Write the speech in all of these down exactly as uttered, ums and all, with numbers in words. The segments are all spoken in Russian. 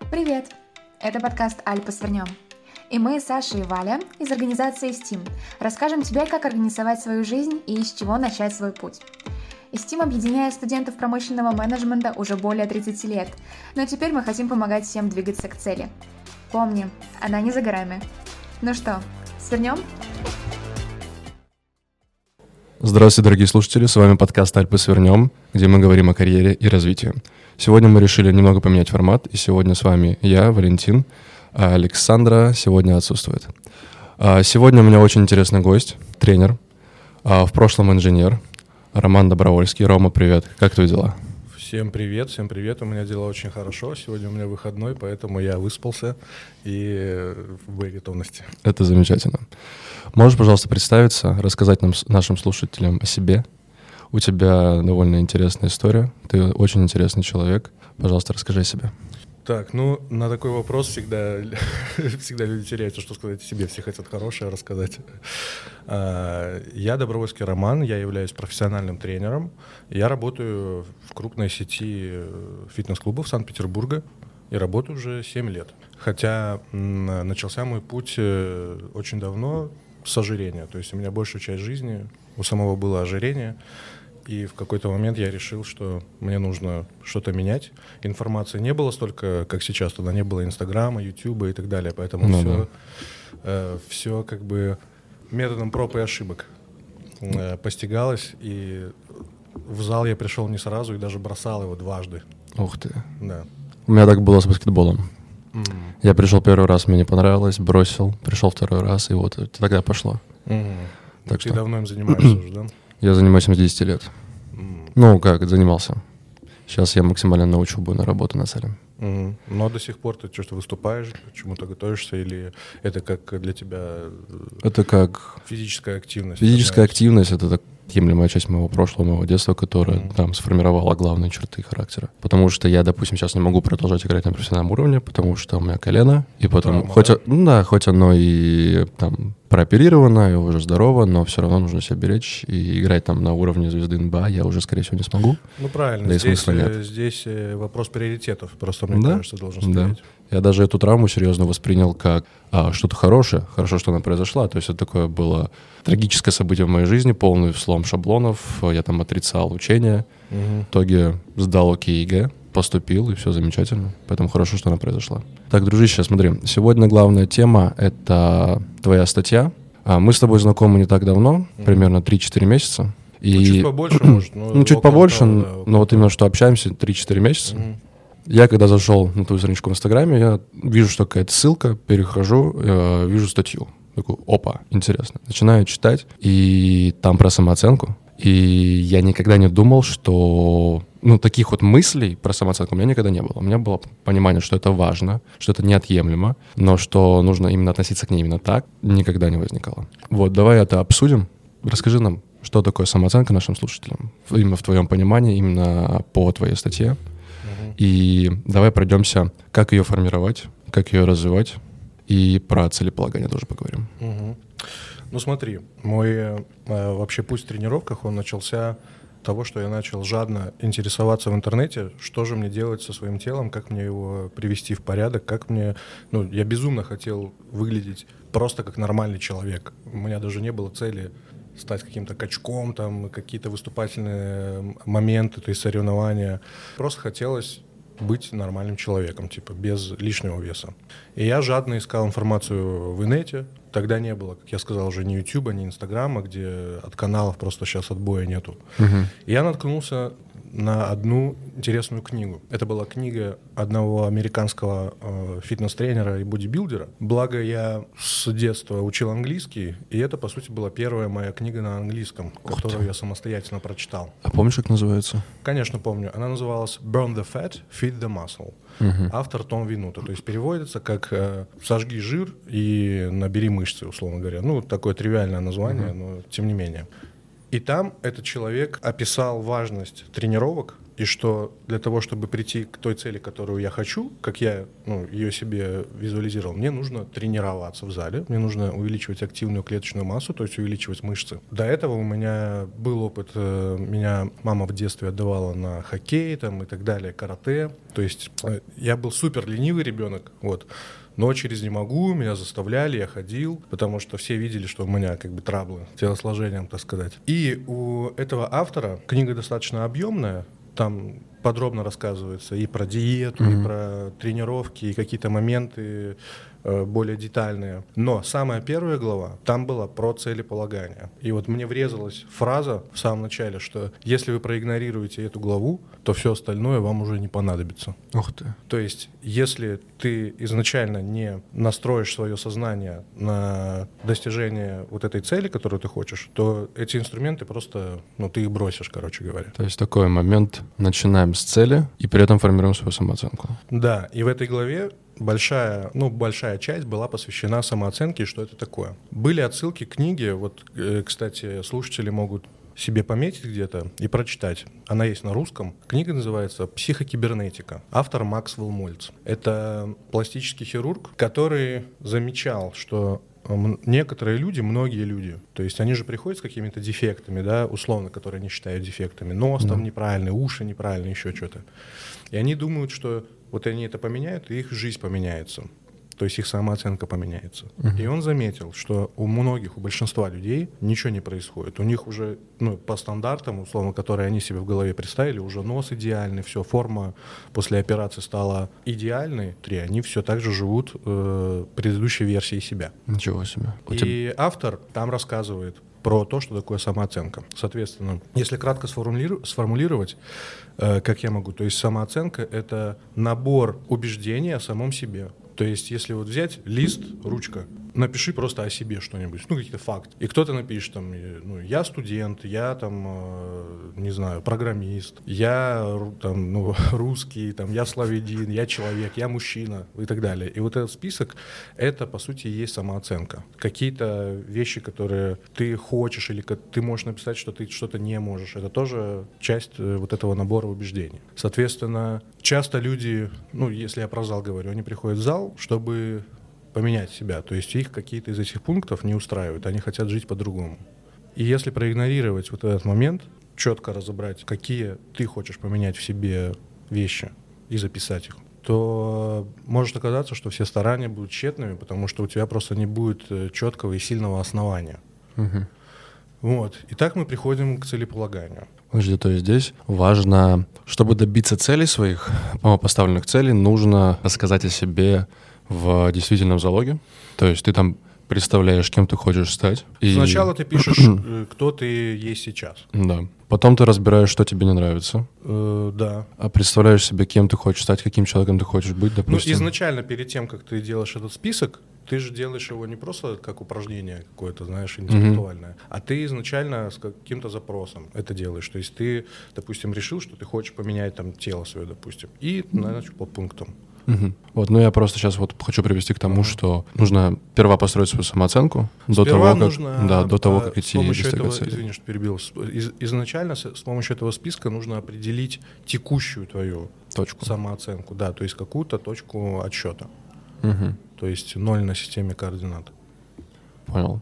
Привет! Это подкаст «Альпы свернем». И мы, Саша и Валя, из организации Steam, расскажем тебе, как организовать свою жизнь и с чего начать свой путь. Steam объединяет студентов промышленного менеджмента уже более тридцати лет, но теперь мы хотим помогать всем двигаться к цели. Помни, она не за горами. Ну что, свернем? Здравствуйте, дорогие слушатели, с вами подкаст «Альпы свернем», где мы говорим о карьере и развитии. Сегодня мы решили немного поменять формат, и сегодня с вами я, Валентин, а Александра сегодня отсутствует. Сегодня у меня очень интересный гость, тренер, в прошлом инженер, Роман Добровольский. Рома, привет, как твои дела? Всем привет, всем привет, у меня дела очень хорошо, сегодня у меня выходной, поэтому я выспался и в боеготовности. Это замечательно. Можешь, пожалуйста, представиться, рассказать нам, нашим слушателям о себе? У тебя довольно интересная история, ты очень интересный человек. Пожалуйста, расскажи о себе. Так, ну, на такой вопрос всегда, всегда люди теряются, что сказать о себе, все хотят хорошее рассказать. Я Добровольский Роман, я являюсь профессиональным тренером. Я работаю в крупной сети фитнес-клубов Санкт-Петербурга и работаю уже семь лет. Хотя начался мой путь очень давно с ожирения, то есть у меня большую часть жизни у самого было ожирение. И в какой-то момент я решил, что мне нужно что-то менять. Информации не было столько, как сейчас. Тогда не было Инстаграма, Ютуба и так далее. Поэтому ну, все, да. э, все как бы методом проб и ошибок э, постигалось. И в зал я пришел не сразу и даже бросал его дважды. Ух ты. Да. У меня так было с баскетболом. Mm. Я пришел первый раз, мне не понравилось, бросил. Пришел второй раз, и вот тогда пошло. Mm. Так Ты что... давно им занимаешься уже, да? Я занимаюсь с десяти лет. Mm. Ну, как, занимался. Сейчас я максимально на учебу, на работу нацелен. Mm. Но до сих пор ты что-то выступаешь, к чему-то готовишься, или это как для тебя это как физическая активность? Физическая активность — это так отъемлемая часть моего прошлого, моего детства, которая mm. там сформировала главные черты характера. Потому что я, допустим, сейчас не могу продолжать играть на профессиональном уровне, потому что у меня колено, и потом, Травма, хоть, да? Ну, да, хоть оно и там прооперировано, и уже здорово, но все равно нужно себя беречь, и играть там на уровне звезды эн бэ а я уже, скорее всего, не смогу. Ну, правильно, да здесь, здесь вопрос приоритетов, просто, мне да? кажется, должен стоять. Да. Я даже эту травму серьезно воспринял как а, что-то хорошее, хорошо, что она произошла. То есть это такое было трагическое событие в моей жизни, полный слом шаблонов. Я там отрицал учение. Угу. В итоге сдал ОКЕ ЕГЭ, поступил, и все замечательно. Поэтому хорошо, что она произошла. Так, дружище, смотри, сегодня главная тема — это твоя статья. А, мы с тобой знакомы не так давно, угу. примерно три-четыре месяца. И... Ну, чуть побольше, может. Ну, чуть побольше, того, да, но вот именно что общаемся три-четыре месяца. Угу. Я, когда зашел на твою страничку в Инстаграме, я вижу, что какая-то ссылка, перехожу, э, вижу статью. Такой, опа, интересно. Начинаю читать, и там про самооценку. И я никогда не думал, что... Ну, таких вот мыслей про самооценку у меня никогда не было. У меня было понимание, что это важно, что это неотъемлемо, но что нужно именно относиться к ней именно так, никогда не возникало. Вот, давай это обсудим. Расскажи нам, что такое самооценка нашим слушателям, именно в твоем понимании, именно по твоей статье. И давай пройдемся, как ее формировать, как ее развивать, и про целеполагание тоже поговорим. Угу. Ну смотри, мой э, вообще путь в тренировках, он начался с того, что я начал жадно интересоваться в интернете, что же мне делать со своим телом, как мне его привести в порядок, как мне... Ну, я безумно хотел выглядеть просто как нормальный человек. У меня даже не было цели стать каким-то качком, там, какие-то выступательные моменты, то есть соревнования. Просто хотелось быть нормальным человеком, типа, без лишнего веса. И я жадно искал информацию в инете. Тогда не было, как я сказал, уже ни Ютуба, ни Инстаграма, где от каналов просто сейчас отбоя нету. Uh-huh. И я наткнулся на одну интересную книгу. Это была книга одного американского э, фитнес-тренера и бодибилдера. Благо, я с детства учил английский, и это, по сути, была первая моя книга на английском, Ух которую ты. я самостоятельно прочитал. А помнишь, как называется? Конечно, помню. Она называлась «Burn the fat, feed the muscle». Uh-huh. Автор Том Винута. То есть переводится как э, «сожги жир и набери мышцы», условно говоря. Ну, такое тривиальное название, uh-huh. но тем не менее. И там этот человек описал важность тренировок и что для того, чтобы прийти к той цели, которую я хочу, как я ну, ее себе визуализировал, мне нужно тренироваться в зале, мне нужно увеличивать активную клеточную массу, то есть увеличивать мышцы. До этого у меня был опыт, меня мама в детстве отдавала на хоккей там, и так далее, карате, то есть я был супер ленивый ребенок, вот. Но через «не могу», меня заставляли, я ходил, потому что все видели, что у меня как бы траблы с телосложением, так сказать. И у этого автора книга достаточно объемная, там подробно рассказывается и про диету, mm-hmm. и про тренировки, и какие-то моменты э, более детальные. Но самая первая глава, там была про целеполагание. И вот мне врезалась фраза в самом начале, что если вы проигнорируете эту главу, то все остальное вам уже не понадобится. Ух ты. То есть, если ты изначально не настроишь свое сознание на достижение вот этой цели, которую ты хочешь, то эти инструменты просто, ну, ты их бросишь, короче говоря. То есть такой момент, начинаем с цели и при этом формируем свою самооценку. Да, и в этой главе большая, ну, большая часть была посвящена самооценке и что это такое. Были отсылки к книге, вот, кстати, слушатели могут себе пометить где-то и прочитать. Она есть на русском. Книга называется «Психокибернетика». Автор Максвелл Мольц. Это пластический хирург, который замечал, что некоторые люди, многие люди, то есть они же приходят с какими-то дефектами, да, условно, которые они считают дефектами. Нос там неправильный, уши неправильные, еще что-то. И они думают, что вот они это поменяют, и их жизнь поменяется. То есть их самооценка поменяется. Uh-huh. И он заметил, что у многих, у большинства людей ничего не происходит. У них уже, ну, по стандартам, условно, которые они себе в голове представили, уже нос идеальный, все, форма после операции стала идеальной, и они все так же живут э, предыдущей версией себя. Ничего себе. У И тебя... автор там рассказывает про то, что такое самооценка. Соответственно, если кратко сформулиру- сформулировать, э, как я могу, то есть самооценка — это набор убеждений о самом себе. То есть, если вот взять лист, ручка, напиши просто о себе что-нибудь, ну, какие-то факты. И кто-то напишет, там, ну, я студент, я, там, э, не знаю, программист, я, там, ну, русский, там, я славянин, я человек, я мужчина и так далее. И вот этот список, это, по сути, и есть самооценка. Какие-то вещи, которые ты хочешь, или ты можешь написать, что ты что-то не можешь, это тоже часть вот этого набора убеждений. Соответственно, часто люди, ну, если я про зал говорю, они приходят в зал, чтобы поменять себя. То есть их какие-то из этих пунктов не устраивают, они хотят жить по-другому. И если проигнорировать вот этот момент, четко разобрать, какие ты хочешь поменять в себе вещи и записать их, то может оказаться, что все старания будут тщетными, потому что у тебя просто не будет четкого и сильного основания. Угу. Вот. И так мы приходим к целеполаганию. Подожди, то есть здесь важно, чтобы добиться целей своих, поставленных целей, нужно рассказать о себе в действительном залоге. То есть ты там представляешь, кем ты хочешь стать. И... Сначала ты пишешь, кто ты есть сейчас. Да. Потом ты разбираешь, что тебе не нравится. Э, да. А представляешь себе, кем ты хочешь стать, каким человеком ты хочешь быть, допустим. Ну, изначально, перед тем, как ты делаешь этот список, ты же делаешь его не просто как упражнение какое-то, знаешь, интеллектуальное, mm-hmm. а ты изначально с каким-то запросом это делаешь. То есть ты, допустим, решил, что ты хочешь поменять там тело свое, допустим, и начал по пунктам. Угу. Вот, ну я просто сейчас вот хочу привести к тому, uh-huh. что нужно сперва построить свою самооценку до того, как, нужно, да, до того, а, как идти и достигать цели. Извини, что перебил. Из, изначально с, с помощью этого списка нужно определить текущую твою точку. Самооценку, да, то есть какую-то точку отсчета. Угу. То есть ноль на системе координат. Понял.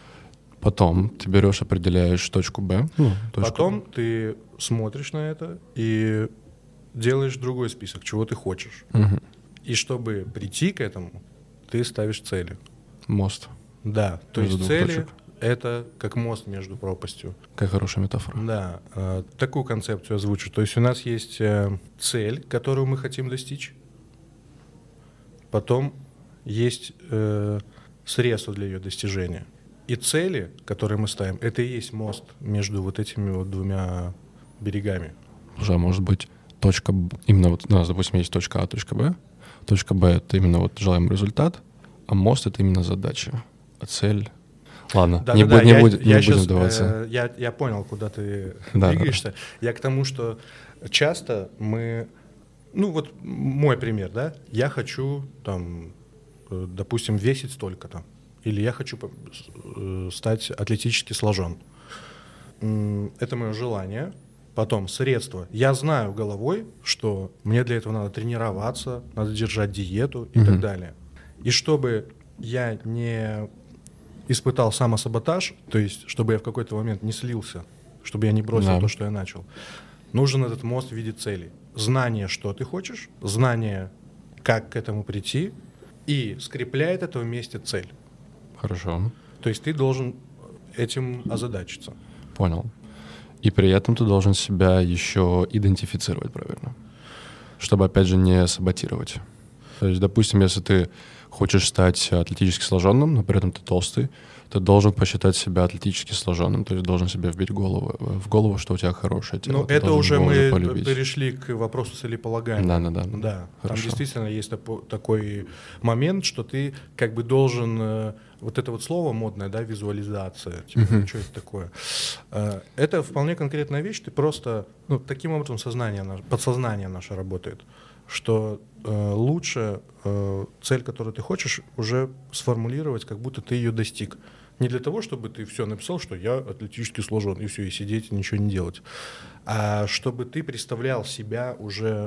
Потом ты берешь, определяешь точку Б. Ну, точку. Потом ты смотришь на это и делаешь другой список, чего ты хочешь. Угу. И чтобы прийти к этому, ты ставишь цели. Мост. Да, то есть цели точек. Это как мост между пропастью. Какая хорошая метафора. Да, э, такую концепцию озвучу. То есть у нас есть э, цель, которую мы хотим достичь. Потом есть э, средства для ее достижения. И цели, которые мы ставим, это и есть мост между вот этими вот двумя берегами. Уже может быть точка, именно вот у нас, допустим, есть точка А, точка Б. Точка Б — это именно вот желаемый результат, а мост — это именно задача, а цель... Ладно, да, не, да, будь, да. не, будь, я, не я будем сейчас, вдаваться. Э, я, я понял, куда ты да, двигаешься. Да. Я к тому, что часто мы... Ну вот мой пример, да? Я хочу, там, допустим, весить столько-то. Или я хочу стать атлетически сложен. Это мое желание. Потом средства. Я знаю головой, что мне для этого надо тренироваться, надо держать диету и mm-hmm. так далее. И чтобы я не испытал самосаботаж, то есть чтобы я в какой-то момент не слился, чтобы я не бросил yeah. то, что я начал, нужен этот мост в виде целей. Знание, что ты хочешь, знание, как к этому прийти, и скрепляет это вместе цель. Хорошо. То есть ты должен этим озадачиться. Понял. И при этом ты должен себя еще идентифицировать правильно, чтобы, опять же, не саботировать. То есть, допустим, если ты хочешь стать атлетически сложенным, но при этом ты толстый, ты должен посчитать себя атлетически сложенным, то есть должен себе вбить голову, в голову, что у тебя хорошее тело. Ну, это уже мы полюбить. Перешли к вопросу целеполагания. Да, да, да. Да, там действительно есть такой момент, что ты как бы должен... Вот это вот слово модное, да, визуализация, типа, uh-huh. что это такое? Это вполне конкретная вещь, ты просто, ну, таким образом сознание, подсознание наше работает, что э, лучше э, цель, которую ты хочешь, уже сформулировать, как будто ты ее достиг. Не для того, чтобы ты все написал, что я атлетически сложен, и все, и сидеть, и ничего не делать, а чтобы ты представлял себя уже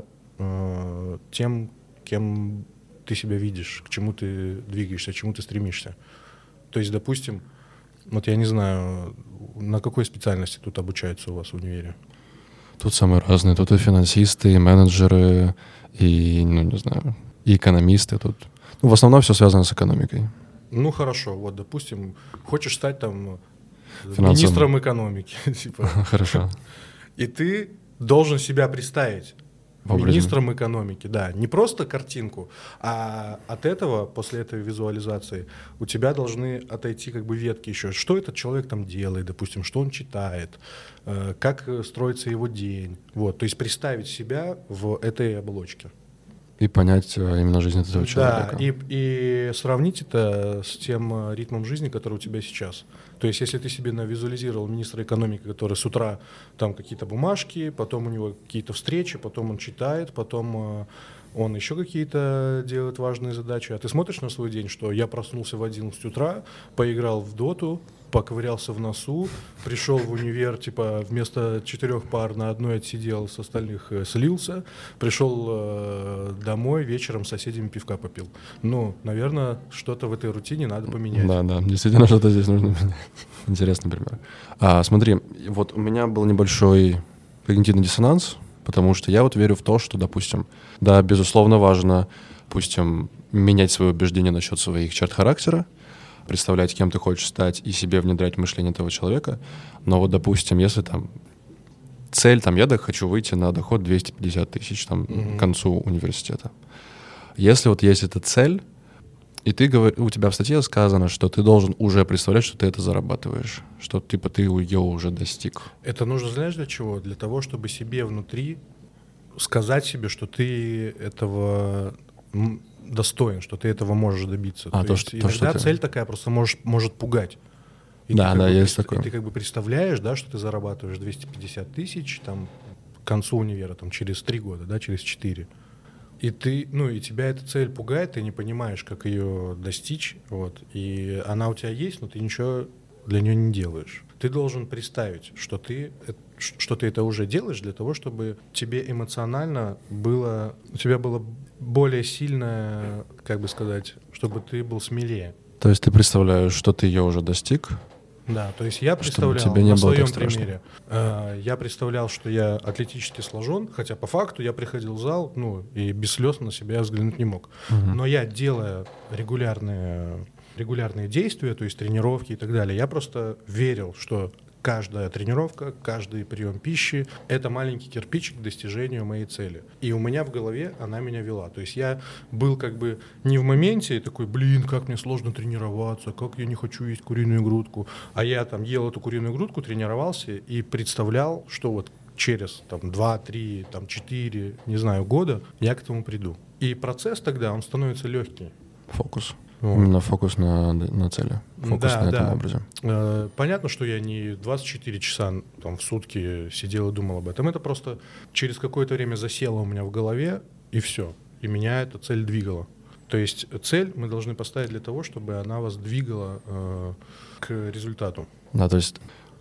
э, тем, кем ты себя видишь, к чему ты двигаешься, к чему ты стремишься. То есть, допустим, вот я не знаю, на какой специальности тут обучаются у вас в универе? Тут самые разные. Тут и финансисты, и менеджеры, и, ну, не знаю, и экономисты тут. Ну, в основном все связано с экономикой. Ну, хорошо. Вот, допустим, хочешь стать там Финансовым. министром экономики. Типа. Хорошо. И ты должен себя представить министром экономики, да, не просто картинку, а от этого, после этой визуализации, у тебя должны отойти как бы ветки еще, что этот человек там делает, допустим, что он читает, э, как строится его день, вот, то есть представить себя в этой оболочке. И понять именно жизнь этого человека. Да, и, и сравнить это с тем ритмом жизни, который у тебя сейчас. То есть, если ты себе навизуализировал министра экономики, который с утра там какие-то бумажки, потом у него какие-то встречи, потом он читает, потом он еще какие-то делает важные задачи, а ты смотришь на свой день, что я проснулся в одиннадцать утра, поиграл в доту, поковырялся в носу, пришел в универ, типа вместо четырех пар на одной отсидел, с остальных э, слился, пришел э, домой, вечером с соседями пивка попил. Ну, наверное, что-то в этой рутине надо поменять. Да, да, действительно, что-то здесь нужно менять. Интересный пример. А, смотри, вот у меня был небольшой когнитивный диссонанс, потому что я вот верю в то, что, допустим, да, безусловно, важно, допустим, менять свои убеждения насчет своих черт характера, представлять, кем ты хочешь стать, и себе внедрять мышление этого человека. Но вот, допустим, если там цель, там, я да, хочу выйти на доход двести пятьдесят тысяч там, mm-hmm. к концу университета. Если вот есть эта цель, и ты говор... у тебя в статье сказано, что ты должен уже представлять, что ты это зарабатываешь, что типа ты ее уже достиг. Это нужно, знаешь, для чего? Для того, чтобы себе внутри сказать себе, что ты этого достоин, что ты этого можешь добиться. А, то, то есть что, иногда то, цель ты... такая просто может, может пугать. И да, да, есть при... такое. И ты как бы представляешь, да, что ты зарабатываешь двести пятьдесят тысяч там, к концу универа, там, через три года, да, через четыре. И ты, ну, и тебя эта цель пугает, ты не понимаешь, как ее достичь, вот, и она у тебя есть, но ты ничего для нее не делаешь. Ты должен представить, что ты, что ты это уже делаешь для того, чтобы тебе эмоционально было, у тебя было более сильное, как бы сказать, чтобы ты был смелее. То есть ты представляешь, что ты ее уже достиг? Да, то есть я представлял тебе не на было своем так страшно. примере, э, я представлял, что я атлетически сложен, хотя по факту я приходил в зал, ну, и без слез на себя взглянуть не мог. Угу. Но я, делая регулярные, регулярные действия, то есть тренировки и так далее, я просто верил, что каждая тренировка, каждый прием пищи — это маленький кирпичик к достижению моей цели. И у меня в голове она меня вела. То есть я был как бы не в моменте такой, блин, как мне сложно тренироваться, как я не хочу есть куриную грудку. А я там ел эту куриную грудку, тренировался и представлял, что вот через там, два, три, там, четыре, не знаю, года я к этому приду. И процесс тогда, он становится легкий. Фокус. Вот. Именно фокус на, на цели. Фокус да, на да. этом образе. Э, понятно, что я не двадцать четыре часа там, в сутки сидел и думал об этом. Это просто через какое-то время засело у меня в голове, и все. И меня эта цель двигала. То есть цель мы должны поставить для того, чтобы она вас двигала э, к результату. Да, то есть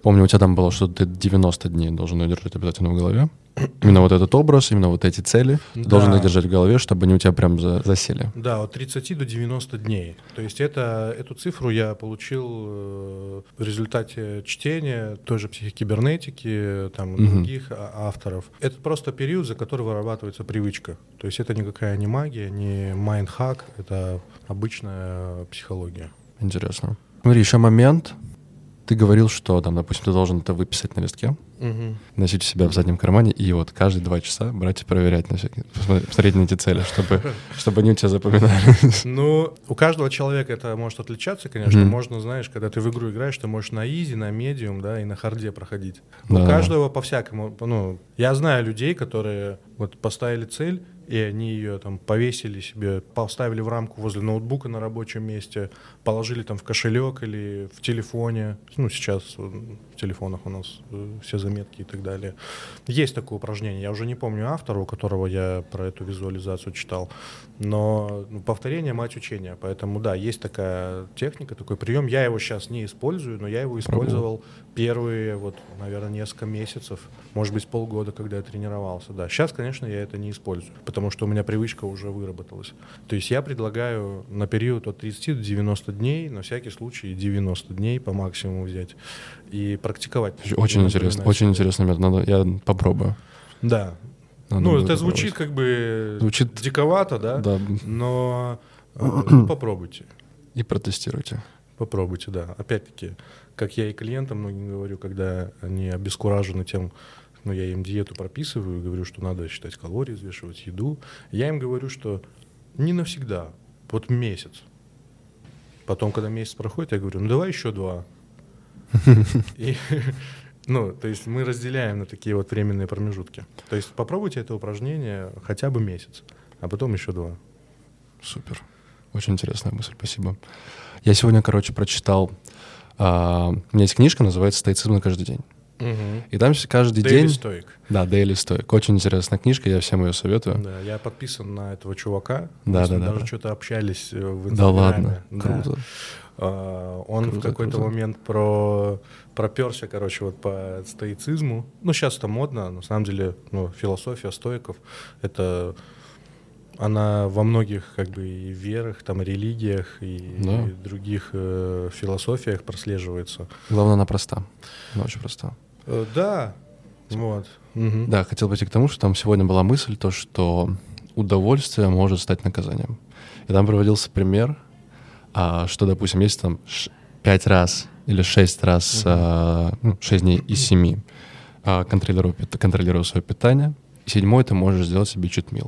Помню, у тебя там было, что ты девяносто дней должен удержать обязательно в голове. Именно вот этот образ, именно вот эти цели Да. ты должен их держать в голове, чтобы они у тебя прям за- засели. Да, от тридцати до девяноста дней. То есть это, эту цифру я получил э, в результате чтения той же психокибернетики, там, Мгм. других а- авторов. Это просто период, за который вырабатывается привычка. То есть это никакая не магия, не майндхак, это обычная психология. Интересно. Смотри, еще момент. Ты говорил, что, там, допустим, ты должен это выписать на листке, Мгм. носить у себя в заднем кармане и вот каждые два часа брать и проверять на всякий, посмотреть, посмотреть на эти цели, чтобы, чтобы они у тебя запоминались. Ну, у каждого человека это может отличаться, конечно. Мгм. Можно, знаешь, когда ты в игру играешь, ты можешь на изи, на медиум, да, и на харде проходить. Да. У каждого по-всякому. Ну, я знаю людей, которые вот поставили цель, и они ее там повесили себе, поставили в рамку возле ноутбука на рабочем месте, положили там в кошелек или в телефоне. Ну, сейчас в телефонах у нас э, все заметки и так далее. Есть такое упражнение. Я уже не помню автора, у которого я про эту визуализацию читал, но ну, повторение — мать учения. Поэтому, да, есть такая техника, такой прием. Я его сейчас не использую, но я его использовал первые, вот, наверное, несколько месяцев, может быть, полгода, когда я тренировался. Да, сейчас, конечно, я это не использую, потому что у меня привычка уже выработалась. То есть я предлагаю на период от тридцати до девяноста дней, на всякий случай девяносто дней по максимуму взять и практиковать. Очень И интересно, напоминать очень себе. интересный метод. Надо, я попробую. Да. Надо Ну, будет это звучит попробовать. как бы Звучит- диковато, да? Да, Но э, ну, попробуйте. и протестируйте. Попробуйте, да. Опять-таки, как я и клиентам многим говорю, когда они обескуражены тем, ну, я им диету прописываю, говорю, что надо считать калории, взвешивать еду. Я им говорю, что не навсегда, вот месяц. Потом, когда месяц проходит, я говорю, ну, давай еще два. И, ну, то есть мы разделяем на такие вот временные промежутки. То есть попробуйте это упражнение хотя бы месяц, а потом еще два. Супер. Очень интересная мысль, спасибо. Я сегодня, короче, прочитал... а, у меня есть книжка, называется «Стоицизм на каждый день». И там с- каждый Daily день... Stoic. Да, Daily Stoic. Очень интересная книжка, я всем ее советую. Да, я подписан на этого чувака. Да, Мы с ним да, да, даже да. что-то общались э, в Да Инстаграме. ладно, Да. круто. А, Он Круто, в какой-то круто. момент про проперся, короче, вот по стоицизму. Ну, сейчас это модно, на самом деле, ну, философия стоиков — это она во многих как бы и верах, там, религиях и, Да. и других э, философиях прослеживается. Главное, она проста. Она очень проста. Э, да, вот. Мгм. Да, хотел пойти к тому, что там сегодня была мысль, то, что удовольствие может стать наказанием. И там приводился пример, а, что, допустим, если там ш- пять раз или шесть раз, а, ну, шесть дней из семи а, контролирую, пит- контролирую свое питание, и седьмой ты можешь сделать себе читмил.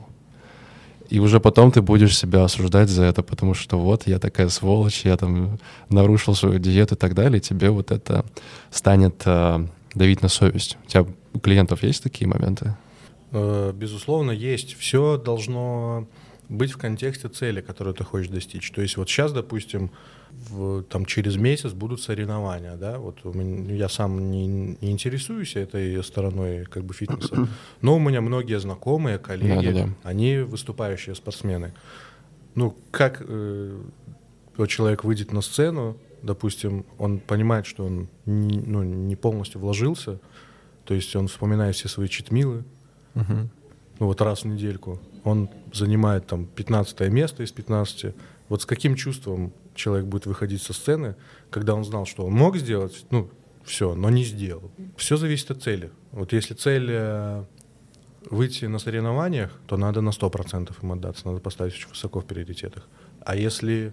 И уже потом ты будешь себя осуждать за это, потому что вот я такая сволочь, я там нарушил свою диету и так далее, и тебе вот это станет а, давить на совесть. У тебя у клиентов есть такие моменты? Э, Безусловно, есть. Все должно быть в контексте цели, которую ты хочешь достичь. То есть вот сейчас, допустим, в- там через месяц будут соревнования, да, вот у меня- я сам не, не интересуюсь этой стороной как бы фитнеса, но у меня многие знакомые, коллеги, Да-да-да. они выступающие спортсмены. Ну, как э, вот человек выйдет на сцену, допустим, он понимает, что он не, ну, не полностью вложился, то есть он вспоминает все свои читмилы, Мгм. ну вот раз в недельку, он занимает там пятнадцатое место из пятнадцати. Вот с каким чувством человек будет выходить со сцены, когда он знал, что он мог сделать, ну, все, но не сделал. Все зависит от цели. Вот если цель э, выйти на соревнованиях, то надо на сто процентов им отдаться, надо поставить очень высоко в приоритетах. А если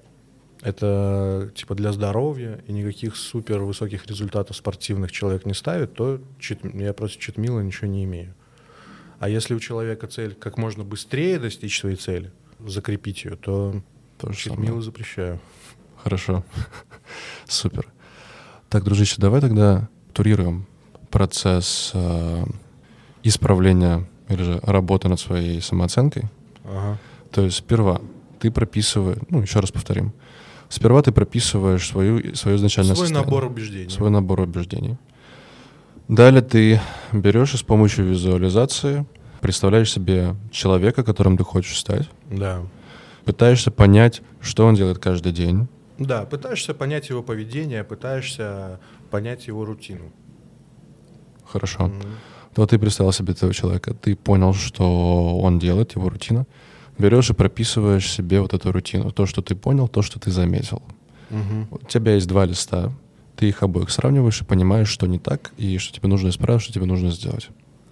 это типа для здоровья и никаких супер высоких результатов спортивных человек не ставит, то чит, я против читмила ничего не имею. А если у человека цель как можно быстрее достичь своей цели, закрепить ее, то То же самое. читмилы запрещаю. Хорошо. Супер. Так, дружище, давай тогда турируем процесс э, исправления или же работы над своей самооценкой. Ага. То есть сперва ты прописываешь, ну, еще раз повторим, сперва ты прописываешь свою, свое изначальное Свой состояние. набор убеждений. Свой набор убеждений. Далее ты берешь и с помощью визуализации представляешь себе человека, которым ты хочешь стать, Да. пытаешься понять, что он делает каждый день, Да, пытаешься понять его поведение, пытаешься понять его рутину. Хорошо. Mm-hmm. То ты представил себе этого человека, ты понял, что он делает, его рутина. Берешь и прописываешь себе вот эту рутину. То, что ты понял, то, что ты заметил. Mm-hmm. У тебя есть два листа, ты их обоих сравниваешь и понимаешь, что не так, и что тебе нужно исправить, что тебе нужно сделать.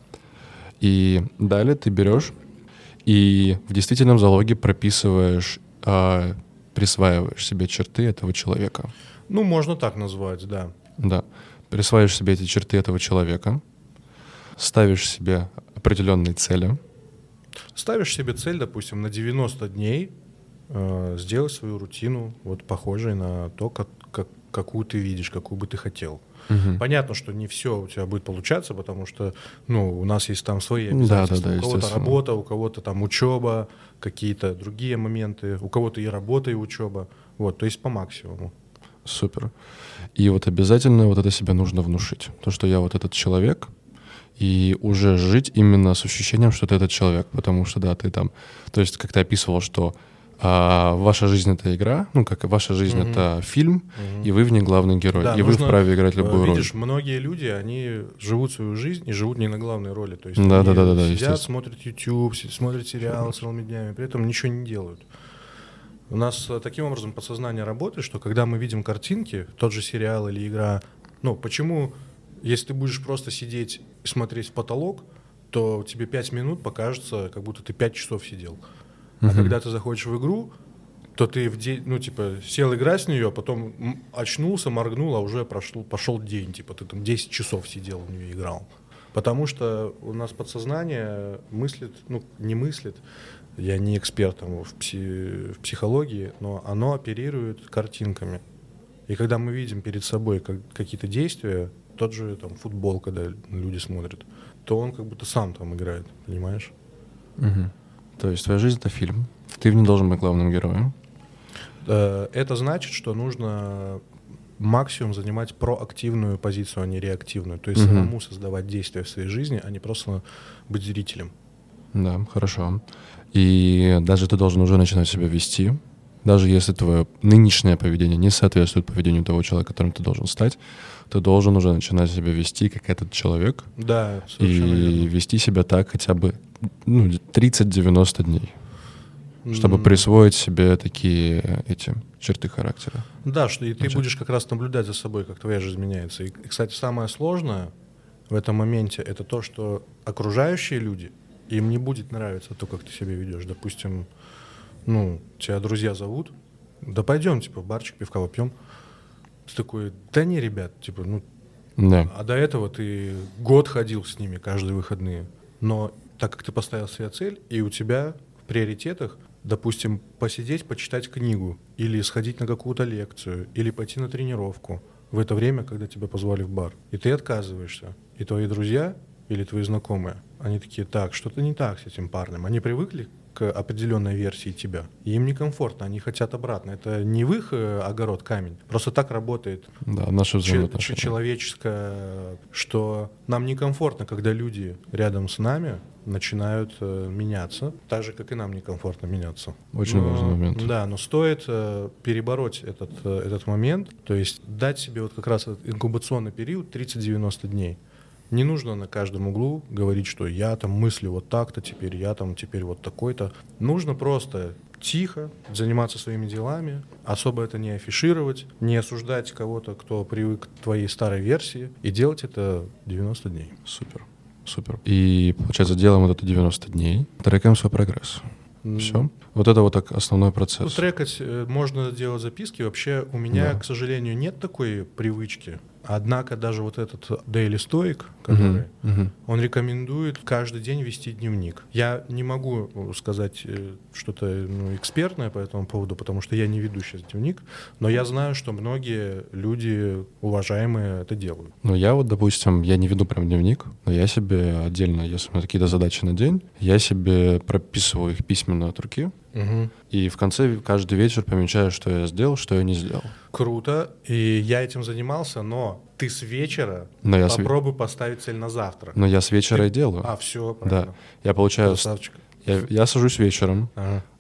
И далее ты берешь и в действительном залоге прописываешь, э, присваиваешь себе черты этого человека. Ну, можно так назвать, да. Да. Присваиваешь себе эти черты этого человека, ставишь себе определенные цели. Ставишь себе цель, допустим, на девяносто дней э, сделать свою рутину вот похожей на то, как, как, какую ты видишь, какую бы ты хотел. Угу. Понятно, что не все у тебя будет получаться, потому что ну, у нас есть там свои обязательства. Да, да, да, у кого-то работа, у кого-то там учеба, какие-то другие моменты, у кого-то и работа, и учеба. Вот, то есть по максимуму. Супер. И вот обязательно вот это себе нужно внушить. То, что я вот этот человек, и уже жить именно с ощущением, что ты этот человек. Потому что, да, ты там... То есть, как ты описывал, что а, ваша жизнь — это игра, ну, как ваша жизнь mm-hmm. — это фильм, mm-hmm. и вы в ней главный герой. Да, и вы вправе играть любую роль. Видишь, многие люди, они живут свою жизнь и живут не на главной роли. То есть да, они да, да, да, сидят, смотрят YouTube, смотрят сериалы целыми днями, при этом ничего не делают. У нас таким образом подсознание работает, что когда мы видим картинки, тот же сериал или игра, ну, почему, если ты будешь просто сидеть и смотреть в потолок, то тебе пять минут покажется, как будто ты пять часов сидел. А uh-huh. когда ты заходишь в игру, то ты в день, ну, типа, сел играть в нее, а потом очнулся, моргнул, а уже прошел, пошел день, типа, ты там десять часов сидел в нее играл. Потому что у нас подсознание мыслит, ну, не мыслит, я не эксперт там, в, пси, в психологии, но оно оперирует картинками. И когда мы видим перед собой как, какие-то действия, тот же там футбол, когда люди смотрят, то он как будто сам там играет, понимаешь? Угу. То есть твоя жизнь — это фильм, ты в ней должен быть главным героем. Это значит, что нужно максимум занимать проактивную позицию, а не реактивную. То есть угу. самому создавать действия в своей жизни, а не просто быть зрителем. Да, хорошо. И даже ты должен уже начинать себя вести, даже если твое нынешнее поведение не соответствует поведению того человека, которым ты должен стать, ты должен уже начинать себя вести как этот человек. Да, совершенно верно. И вести себя так хотя бы ну, тридцать-девяносто дней, чтобы mm. присвоить себе такие эти черты характера. Да, что и ты Значит. будешь как раз наблюдать за собой, как твоя жизнь меняется. И, кстати, самое сложное в этом моменте — это то, что окружающие люди, им не будет нравиться то, как ты себя ведешь. Допустим, ну, тебя друзья зовут, да пойдем, типа, в барчик, пивка попьем. Ты такой, да не, ребят, типа, ну, да. А до этого ты год ходил с ними каждые выходные. Но так как ты поставил себе цель, и у тебя в приоритетах, допустим, посидеть, почитать книгу, или сходить на какую-то лекцию, или пойти на тренировку в это время, когда тебя позвали в бар, и ты отказываешься, и твои друзья или твои знакомые, они такие, так, что-то не так с этим парнем. Они привыкли к определенной версии тебя, и им некомфортно, они хотят обратно. Это не в их огород камень, просто так работает да, наше ч- ч- человеческое, что нам некомфортно, когда люди рядом с нами начинают э, меняться, так же, как и нам некомфортно меняться. Очень но, важный момент. Да, но стоит э, перебороть этот, э, этот момент, то есть дать себе вот как раз этот инкубационный период тридцать-девяносто дней. Не нужно на каждом углу говорить, что я там мыслю вот так-то теперь, я там теперь вот такой-то. Нужно просто тихо заниматься своими делами, особо это не афишировать, не осуждать кого-то, кто привык к твоей старой версии, и делать это девяносто дней. Супер, супер. И, получается, делаем вот это девяносто дней, трекаем свой прогресс. Mm. Все. Вот это вот так основной процесс. Ну, трекать э, можно делать записки. Вообще у меня, да. к сожалению, нет такой привычки. Однако даже вот этот Daily Stoic, который, uh-huh, uh-huh. он рекомендует каждый день вести дневник. Я не могу сказать что-то ну, экспертное по этому поводу, потому что я не веду сейчас дневник, но я знаю, что многие люди, уважаемые, это делают. Ну, я вот, допустим, я не веду прям дневник, но я себе отдельно, если у меня какие-то задачи на день, я себе прописываю их письменно от руки, угу. и в конце каждый вечер помечаю, что я сделал, что я не сделал. Круто, и я этим занимался, но ты с вечера но я попробуй с... поставить цель на завтра. Но я с вечера ты... и делаю. А, все, правильно. Да, я получаю... Красавчик. Я, я сажусь вечером, ага.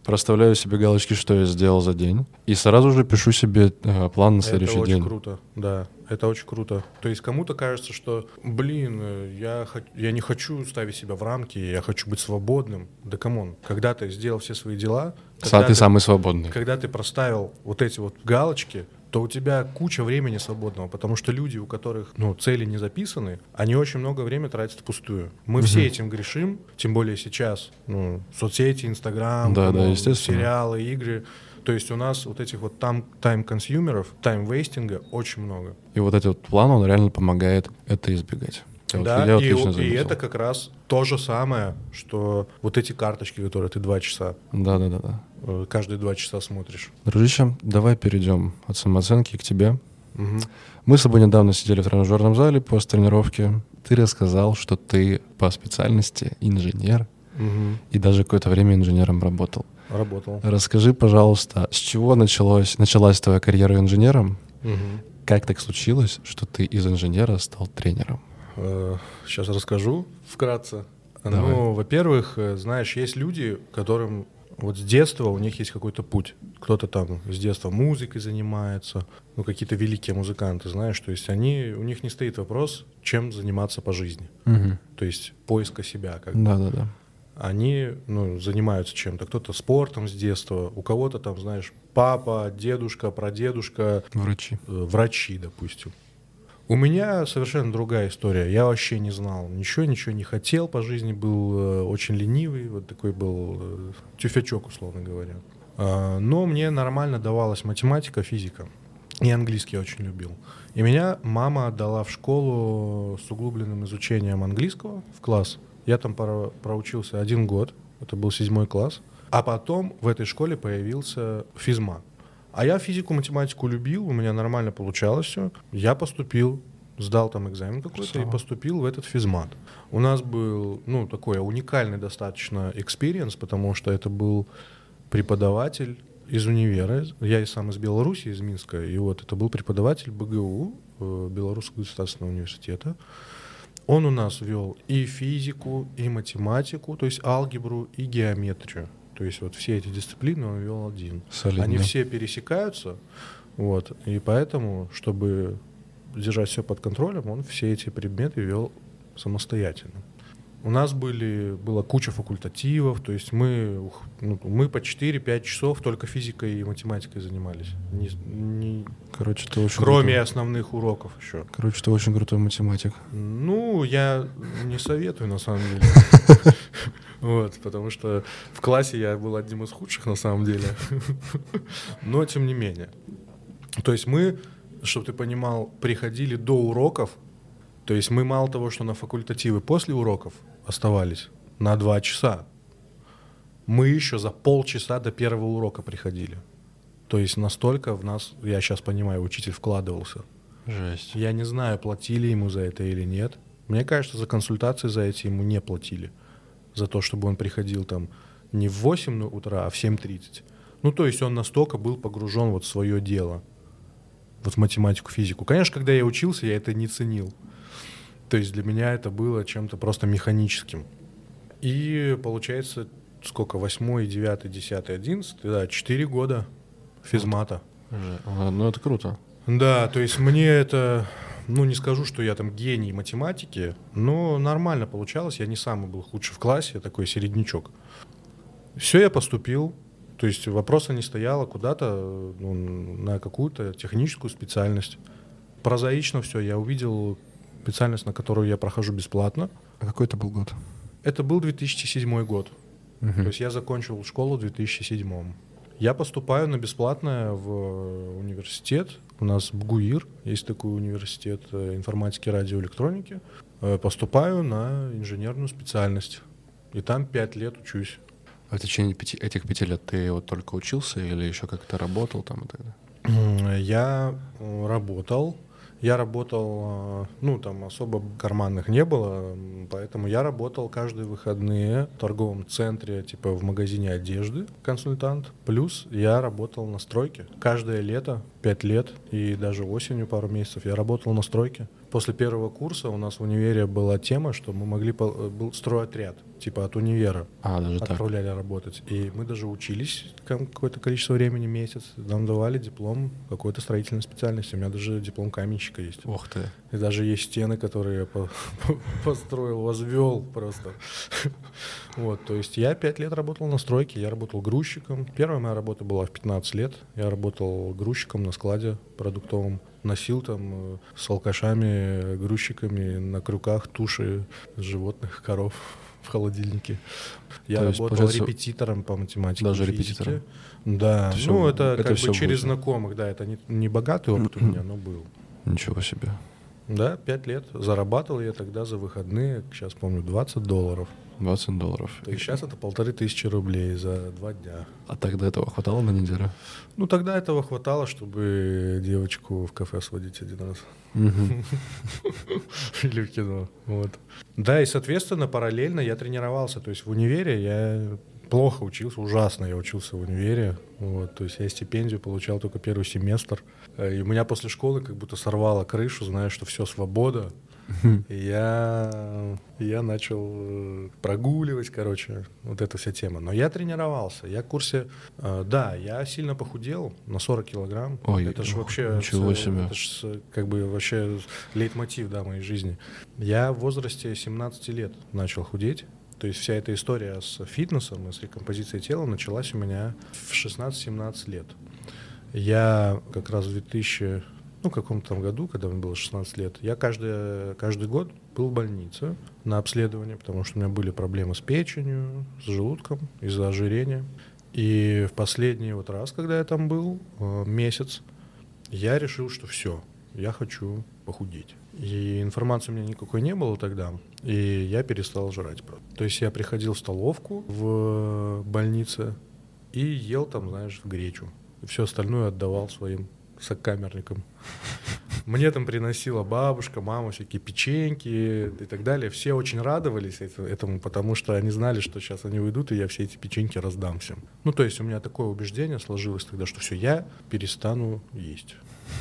проставляю себе галочки, что я сделал за день, и сразу же пишу себе э, план на следующий это очень день. круто, да, это очень круто. То есть кому-то кажется, что, блин, я, я не хочу ставить себя в рамки, я хочу быть свободным. Да камон, когда ты сделал все свои дела, Сам, ты, ты самый свободный. Когда ты проставил вот эти вот галочки, то у тебя куча времени свободного, потому что люди, у которых ну, цели не записаны, они очень много времени тратят впустую. Мы Мгм. все этим грешим, тем более сейчас. Ну, соцсети, Инстаграм, Да, да, ну, естественно. сериалы, игры. То есть у нас вот этих вот там тайм-консюмеров, тайм-вейстинга очень много. И вот этот вот план, он реально помогает это избегать. Я Да, вот, я вот и, лично и заметил. это как раз то же самое, что вот эти карточки, которые ты два часа, Да, да, да, да. э, каждые два часа смотришь. Дружище, давай перейдем от самооценки к тебе. Мгм. Мы с тобой недавно сидели в тренажерном зале после тренировки. Ты рассказал, что ты по специальности инженер, Мгм. и даже какое-то время инженером работал. Работал. Расскажи, пожалуйста, с чего началось, началась твоя карьера инженером? Мгм. Как так случилось, что ты из инженера стал тренером? Сейчас расскажу вкратце. Давай. Ну, во-первых, э, знаешь, есть люди, которым вот с детства у них есть какой-то путь. Кто-то там с детства музыкой занимается, ну, какие-то великие музыканты, знаешь, то есть они, у них не стоит вопрос, чем заниматься по жизни. Угу. То есть поиска себя. Как бы. Да, да, да. Они ну, занимаются чем-то. Кто-то спортом с детства, у кого-то там, знаешь, папа, дедушка, прадедушка, Врачи. э, врачи, допустим. У меня совершенно другая история. Я вообще не знал ничего, ничего не хотел по жизни, был э, очень ленивый, вот такой был э, тюфячок, условно говоря. А, но мне нормально давалась математика, физика. И английский я очень любил. И меня мама отдала в школу с углубленным изучением английского в класс. Я там пора- проучился один год, это был седьмой класс. А потом в этой школе появился физмат. А я физику, математику любил, у меня нормально получалось все. Я поступил, сдал там экзамен какой-то Красава. и поступил в этот физмат. У нас был, ну, такой уникальный достаточно экспириенс, потому что это был преподаватель из универа. Я и сам из Беларуси, из Минска, и вот это был преподаватель БГУ, э, Белорусского государственного университета. Он у нас вел и физику, и математику, то есть алгебру, и геометрию. То есть вот все эти дисциплины он вел один. Солидно. Они все пересекаются, вот, и поэтому, чтобы держать все под контролем, он все эти предметы вел самостоятельно. У нас были, была куча факультативов, то есть мы, ух, ну, мы по четыре-пять часов только физикой и математикой занимались. Не, не- Короче, ты очень кроме крутой. основных уроков еще. Короче, ты очень крутой математик. Ну, я не советую, на самом деле. Вот, потому что в классе я был одним из худших, на самом деле. Но, тем не менее. То есть мы, чтобы ты понимал, приходили до уроков. То есть мы мало того, что на факультативы после уроков оставались на два часа, мы еще за полчаса до первого урока приходили. То есть настолько в нас, я сейчас понимаю, учитель вкладывался. Жесть. Я не знаю, платили ему за это или нет. Мне кажется, за консультации за эти ему не платили. За то, чтобы он приходил там не в восемь утра, а в семь тридцать. Ну, то есть он настолько был погружен вот в свое дело. Вот в математику, физику. Конечно, когда я учился, я это не ценил. То есть для меня это было чем-то просто механическим. И получается, сколько, восьмой, девятый, десятый, одиннадцатый, да, четыре года физмата. Же- а, Ну, это круто. Да, то есть мне это, ну не скажу, что я там гений математики, но нормально получалось. Я не самый был худший в классе, я такой середнячок. Все, я поступил. То есть вопроса не стояло куда-то, ну, на какую-то техническую специальность. Прозаично все, я увидел специальность, на которую я прохожу бесплатно. А какой это был год? Это был две тысячи седьмой год. Мгм. То есть я закончил школу в две тысячи седьмом. Я поступаю на бесплатное в университет. У нас БГУИР, есть такой университет э, информатики, радиоэлектроники. Э, Поступаю на инженерную специальность. И там пять лет учусь. А в течение пяти, этих пяти лет ты вот только учился или еще как-то работал там и так далее? Я э, работал. Я работал, э, ну, там особо карманных не было, м, поэтому я работал каждые выходные в торговом центре, типа в магазине одежды, консультант. Плюс я работал на стройке. Каждое лето, пять лет, и даже осенью пару месяцев я работал на стройке. После первого курса у нас в универе была тема, что мы могли, по- был стройотряд. типа от универа а, даже отправляли так. работать. И мы даже учились какое-то количество времени, месяц. Нам давали диплом какой-то строительной специальности. У меня даже диплом каменщика есть. Ух ты. И даже есть стены, которые я по- построил, возвел просто. Вот, то есть я пять лет работал на стройке, я работал грузчиком. Первая моя работа была в пятнадцать лет. Я работал грузчиком на складе продуктовом. Носил там э, с алкашами, грузчиками на крюках туши животных, коров в холодильнике. Я То есть, работал получается, репетитором по математике. даже и физике. репетитором? Да, Это ну всё- это, это как всё бы через вузы. знакомых, да, это не, не богатый опыт у меня, но был. Ничего себе. Да, пять лет. Зарабатывал я тогда за выходные, сейчас помню, двадцать долларов. двадцать долларов. То есть сейчас это полторы тысячи рублей за два дня. А тогда этого хватало на неделю? Ну, тогда этого хватало, чтобы девочку в кафе сводить один раз. Мгм. Или в кино. Вот. Да, и, соответственно, параллельно я тренировался. То есть в универе я плохо учился, ужасно я учился в универе. Вот. То есть я стипендию получал только первый семестр. И у меня после школы как будто сорвало крышу, знаешь, что все, свобода. И я, я начал э, прогуливать, короче, вот эта вся тема. Но я тренировался. Я в курсе... э, да, я сильно похудел на сорок килограмм. Ой, это же ух, вообще... ничего с- себе. Это ж как бы вообще лейтмотив, да, моей жизни. Я в возрасте семнадцати лет начал худеть. То есть вся эта история с фитнесом и с рекомпозицией тела началась у меня в шестнадцать-семнадцать лет. Я как раз в две тысячи... Ну, в каком-то там году, когда мне было шестнадцать лет, я каждый, каждый год был в больнице на обследование, потому что у меня были проблемы с печенью, с желудком из-за ожирения. И в последний вот раз, когда я там был, э, месяц, я решил, что все, я хочу похудеть. И информации у меня никакой не было тогда, и я перестал жрать. Просто. То есть я приходил в столовку в больнице и ел там, знаешь, гречу. И все остальное отдавал своим сокамерникам. Мне там приносила бабушка, мама всякие печеньки и так далее. Все очень радовались этому, потому что они знали, что сейчас они уйдут, и я все эти печеньки раздам всем. Ну, то есть у меня такое убеждение сложилось тогда, что все, я перестану есть.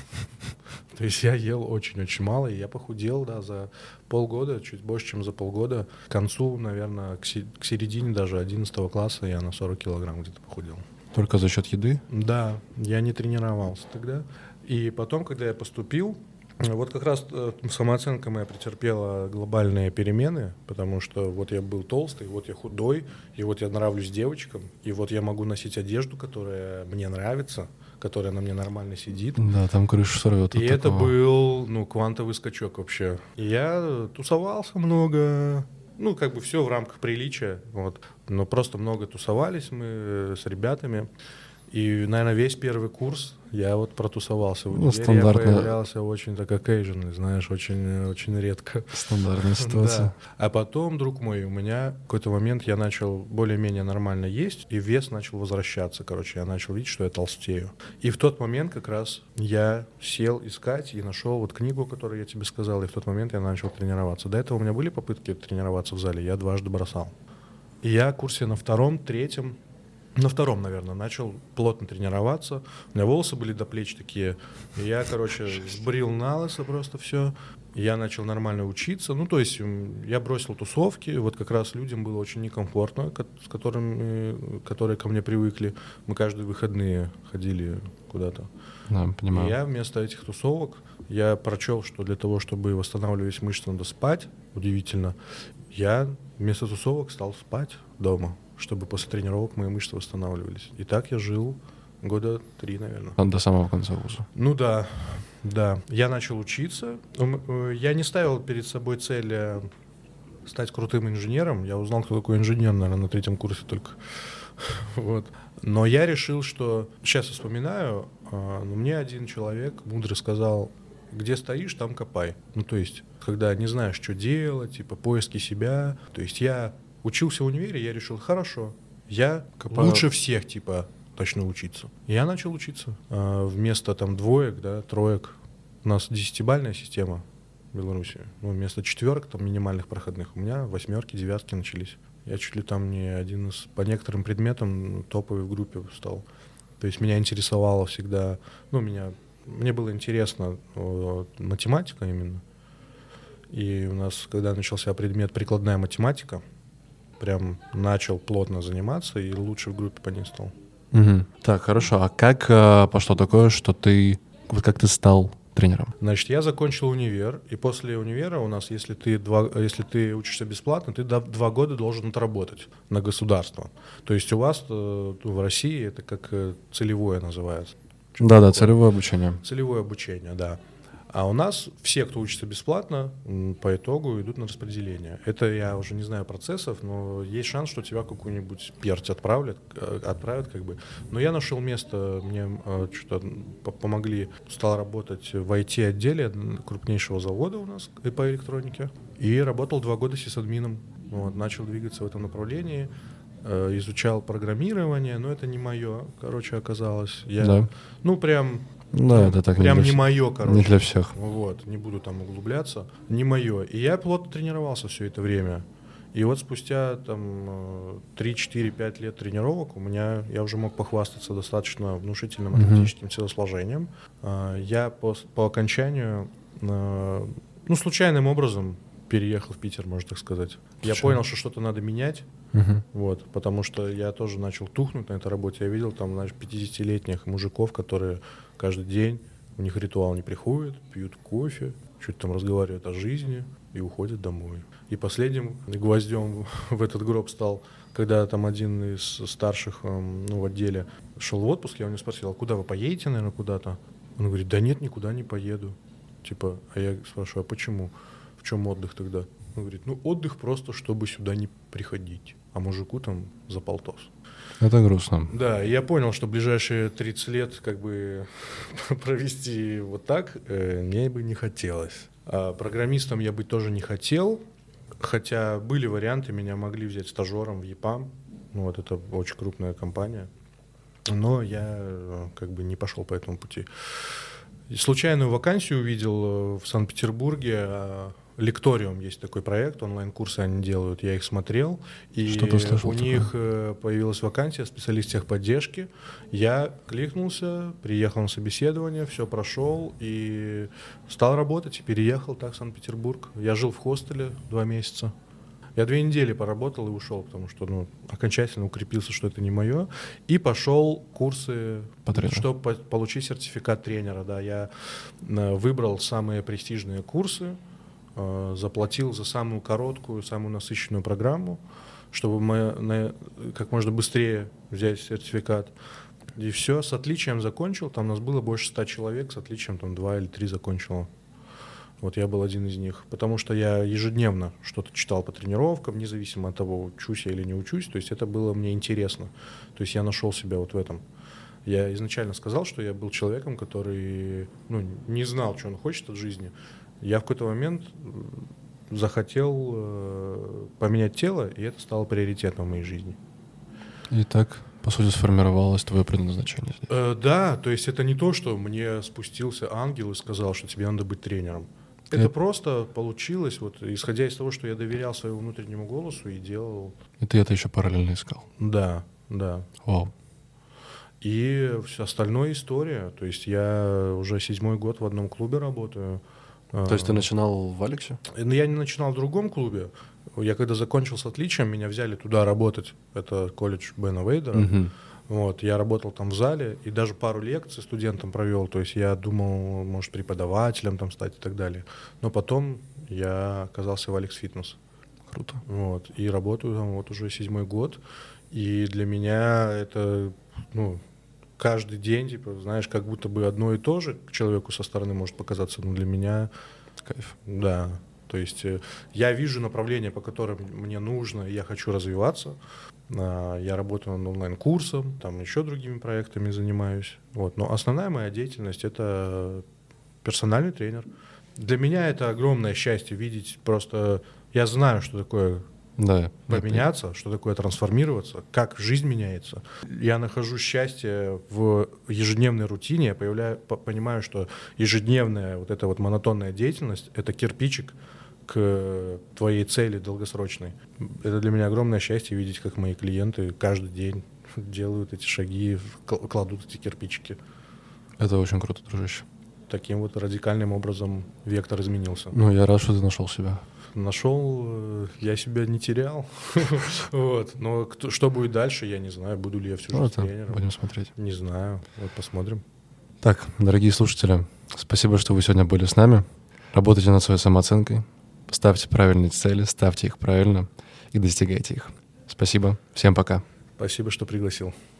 То есть я ел очень-очень мало, и я похудел, да, за полгода, чуть больше, чем за полгода. К концу, наверное, к середине даже одиннадцатого класса я на сорок килограмм где-то похудел. Только за счет еды? Да, я не тренировался тогда. И потом, когда я поступил, вот как раз э, самооценка моя претерпела глобальные перемены, потому что вот я был толстый, вот я худой, и вот я нравлюсь девочкам, и вот я могу носить одежду, которая мне нравится, которая на мне нормально сидит. Да, там крышу сорвет. И это был, ну, квантовый скачок вообще. И я тусовался много, ну, как бы все в рамках приличия, вот. Но просто много тусовались мы с ребятами. И, наверное, весь первый курс я вот протусовался. В универе Ну, стандартно. Я появлялся очень так occasionally, знаешь, очень, очень редко. Стандартная ситуация. Да. А потом, друг мой, у меня в какой-то момент я начал более-менее нормально есть, и вес начал возвращаться. Короче, я начал видеть, что я толстею. И в тот момент как раз я сел искать и нашел вот книгу, которую я тебе сказал, и в тот момент я начал тренироваться. До этого у меня были попытки тренироваться в зале, я дважды бросал. И я в курсе на втором, третьем, на втором, наверное, начал плотно тренироваться. У меня волосы были до плеч такие. И я, короче, сбрил на лысо просто все. Я начал нормально учиться. Ну, то есть я бросил тусовки. Вот как раз людям было очень некомфортно, с которыми, которые ко мне привыкли. Мы каждые выходные ходили куда-то. Да, понимаю. И я вместо этих тусовок, я прочел, что для того, чтобы восстанавливать мышцы, надо спать. Удивительно. Я вместо тусовок стал спать дома, чтобы после тренировок мои мышцы восстанавливались. И так я жил года три, наверное. До самого конца вуза. Ну да, да. Я начал учиться. Я не ставил перед собой цель стать крутым инженером. Я узнал, кто такой инженер, наверное, на третьем курсе только. Вот. Но я решил, что... Сейчас я вспоминаю, но мне один человек мудрый сказал: где стоишь, там копай. Ну, то есть, когда не знаешь, что делать, типа поиски себя. То есть я учился в универе, я решил, хорошо, я Копаю. лучше всех, типа, начну учиться. И я начал учиться. А, вместо там двоек, да, троек. У нас десятибалльная система в Беларуси. Ну, вместо четверок, там, минимальных проходных, у меня восьмерки, девятки начались. Я чуть ли там не один из, по некоторым предметам, топовый в группе стал. То есть меня интересовало всегда, ну, меня, мне было интересно вот, математика именно. И у нас, когда начался предмет прикладная математика, прям начал плотно заниматься и лучше в группе по ней стал. Угу. Так, хорошо. А как э, пошло такое, что ты... Вот как ты стал тренером? Значит, я закончил универ, и после универа у нас, если ты, два, если ты учишься бесплатно, ты до, два года должен отработать на государство. То есть у вас э, в России это как э, целевое называется. Да-да, целевое обучение. Целевое обучение, да. А у нас все, кто учится бесплатно, по итогу идут на распределение. Это я уже не знаю процессов, но есть шанс, что тебя какую-нибудь перть отправят, отправят как бы. Но я нашел место, мне э, что-то помогли, стал работать в ай ти-отделе крупнейшего завода у нас по электронике. И работал два года сисадмином. Вот, начал двигаться в этом направлении. Э, изучал программирование, но это не мое, короче, оказалось. Я, да. Ну, прям... Да, это так. Прям не, не для мое, короче. Не для всех. Вот, не буду там углубляться. Не мое. И я плотно тренировался все это время. И вот спустя там три, четыре, пять лет тренировок у меня, я уже мог похвастаться достаточно внушительным атлетическим mm-hmm. телосложением. Я по, по окончанию, ну, случайным образом переехал в Питер, можно так сказать. Я Почему? понял, что что-то надо менять. Uh-huh. Вот, потому что я тоже начал тухнуть на этой работе. Я видел там, знаешь, пятидесятилетних мужиков, которые каждый день, у них ритуал не приходит, пьют кофе, что-то там разговаривают о жизни и уходят домой. И последним гвоздем в этот гроб стал, когда там один из старших, ну, в отделе шел в отпуск, я у него спросил: а куда вы поедете, наверное, куда-то? Он говорит: да нет, никуда не поеду. Типа, а я спрашиваю: а почему? В чем отдых тогда? Он говорит: ну, отдых просто, чтобы сюда не приходить. А мужику там за полтос. Это грустно. Да, и я понял, что ближайшие тридцать лет как бы провести вот так э, мне бы не хотелось. А программистом я быть тоже не хотел, хотя были варианты, меня могли взять стажером в ЕПАМ. Ну, вот это очень крупная компания. Но я как бы не пошел по этому пути. И случайную вакансию увидел в Санкт-Петербурге. Лекториум есть такой проект, онлайн-курсы они делают, я их смотрел, и у них такое. Появилась вакансия специалист техподдержки. Я кликнулся, приехал на собеседование, все прошел и стал работать, и переехал так в Санкт-Петербург. Я жил в хостеле два месяца. Я две недели поработал и ушел, потому что ну, окончательно укрепился, что это не мое, и пошел курсы, чтобы по- получить сертификат тренера. Да, я выбрал самые престижные курсы, заплатил за самую короткую, самую насыщенную программу, чтобы мы на, как можно быстрее взять сертификат. И все, с отличием закончил. Там у нас было больше ста человек, с отличием там два или три закончило. Вот я был один из них. Потому что я ежедневно что-то читал по тренировкам, независимо от того, учусь я или не учусь. То есть это было мне интересно. То есть я нашел себя вот в этом. Я изначально сказал, что я был человеком, который ну, не знал, что он хочет от жизни. Я в какой-то момент захотел э, поменять тело, и это стало приоритетом в моей жизни. И так, по сути, сформировалось твое предназначение здесь. Э, да, то есть это не то, что мне спустился ангел и сказал, что тебе надо быть тренером. Это я... просто получилось, вот, исходя из того, что я доверял своему внутреннему голосу и делал. И ты это еще параллельно искал? Да, да. Вау. И вся остальная история. То есть я уже седьмой год в одном клубе работаю. То есть ты начинал в Алексе? Я не начинал в другом клубе. Я когда закончил с отличием, меня взяли туда работать. Это колледж Бена Вейдера. Uh-huh. Вот, я работал там в зале и даже пару лекций студентам провел. То есть я думал, может, преподавателем там стать и так далее. Но потом я оказался в Алекс Фитнес. Круто. Вот, и работаю там вот уже седьмой год. И для меня это, ну, каждый день, типа, знаешь, как будто бы одно и то же человеку со стороны может показаться, но для меня кайф. Да, то есть я вижу направления, по которым мне нужно, и я хочу развиваться. Я работаю над онлайн-курсом, там еще другими проектами занимаюсь. Вот. Но основная моя деятельность — это персональный тренер. Для меня это огромное счастье видеть просто... Я знаю, что такое... Да, поменяться, что такое трансформироваться, как жизнь меняется. Я нахожу счастье в ежедневной рутине, я появляю, по, понимаю, что ежедневная вот эта вот монотонная деятельность — это кирпичик к твоей цели долгосрочной. Это для меня огромное счастье видеть, как мои клиенты каждый день делают эти шаги, кладут эти кирпичики. Это очень круто, дружище. таким вот радикальным образом вектор изменился. Ну, я рад, что ты нашел себя. Нашел, я себя не терял. Вот. Но кто, что будет дальше, я не знаю. Буду ли я всю жизнь тренером. Будем смотреть. Не знаю. Вот посмотрим. Так, дорогие слушатели, спасибо, что вы сегодня были с нами. Работайте над своей самооценкой, ставьте правильные цели, ставьте их правильно и достигайте их. Спасибо. Всем пока. Спасибо, что пригласил.